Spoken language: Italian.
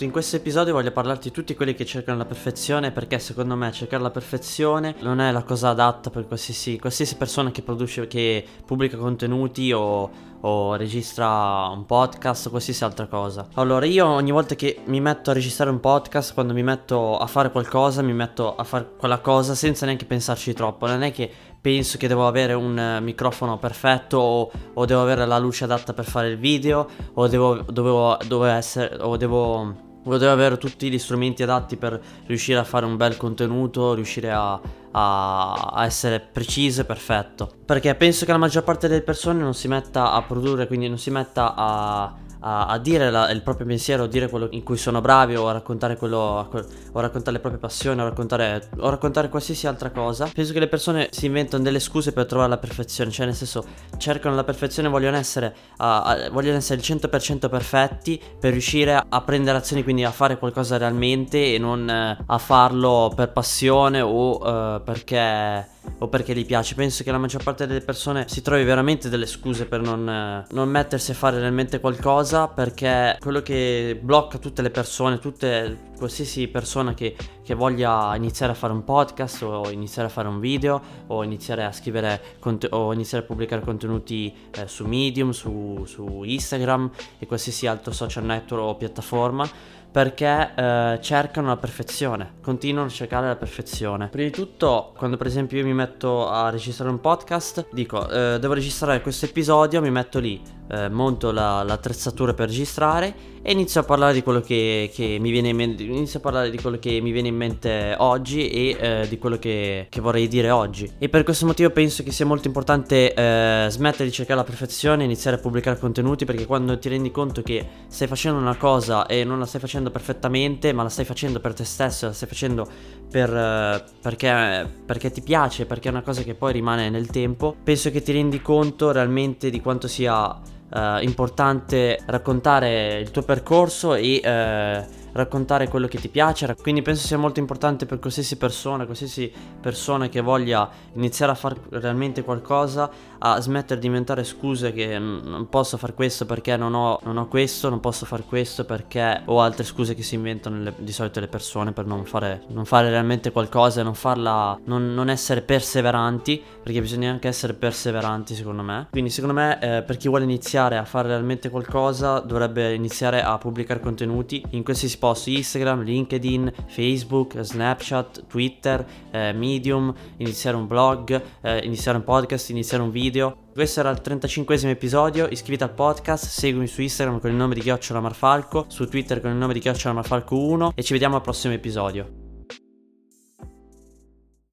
In questo episodio voglio parlarti di tutti quelli che cercano la perfezione, perché secondo me cercare la perfezione non è la cosa adatta per qualsiasi persona che pubblica contenuti o registra un podcast o qualsiasi altra cosa. Allora, io ogni volta che mi metto a registrare un podcast, quando mi metto a fare qualcosa, mi metto a fare quella cosa senza neanche pensarci troppo. Non è che penso che devo avere un microfono perfetto o devo avere la luce adatta per fare il video o devo avere tutti gli strumenti adatti per riuscire a fare un bel contenuto, riuscire a essere preciso e perfetto. Perché penso che la maggior parte delle persone non si metta a produrre, quindi non si metta a dire il proprio pensiero, o dire quello in cui sono bravi, o a raccontare o raccontare le proprie passioni, o raccontare qualsiasi altra cosa. Penso che le persone si inventano delle scuse per trovare la perfezione, cioè nel senso cercano la perfezione, vogliono essere il 100% perfetti per riuscire a prendere azioni, quindi a fare qualcosa realmente e non a farlo per passione o perché gli piace. Penso che la maggior parte delle persone si trovi veramente delle scuse per non mettersi a fare realmente qualcosa, perché quello che blocca tutte le persone, qualsiasi persona che voglia iniziare a fare un podcast o iniziare a fare un video o iniziare a scrivere o iniziare a pubblicare contenuti su Medium, su Instagram e qualsiasi altro social network o piattaforma, perché cercano la perfezione, continuano a cercare la perfezione. Prima di tutto, quando per esempio io mi metto a registrare un podcast, dico devo registrare questo episodio, mi metto lì, monto l'attrezzatura per registrare e inizio a parlare di quello che mi viene in mente, oggi e di quello che vorrei dire oggi. E per questo motivo penso che sia molto importante smettere di cercare la perfezione e iniziare a pubblicare contenuti, perché quando ti rendi conto che stai facendo una cosa e non la stai facendo perfettamente, ma la stai facendo per te stesso, la stai facendo perché ti piace, perché è una cosa che poi rimane nel tempo, penso che ti rendi conto realmente di quanto sia importante raccontare il tuo percorso e raccontare quello che ti piace. Quindi penso sia molto importante per qualsiasi persona che voglia iniziare a fare realmente qualcosa, a smettere di inventare scuse che non posso fare questo perché non ho questo, non posso fare questo perché ho altre scuse che si inventano di solito le persone per non fare realmente qualcosa e non essere perseveranti, perché bisogna anche essere perseveranti secondo me. Quindi secondo me per chi vuole iniziare a fare realmente qualcosa dovrebbe iniziare a pubblicare contenuti in qualsiasi posto: Instagram, LinkedIn, Facebook, Snapchat, Twitter, Medium, iniziare un blog, iniziare un podcast, iniziare un video. Questo era il 35esimo episodio. Iscriviti al podcast, seguimi su Instagram con il nome di @marfalco, su Twitter con il nome di @marfalco1 e ci vediamo al prossimo episodio.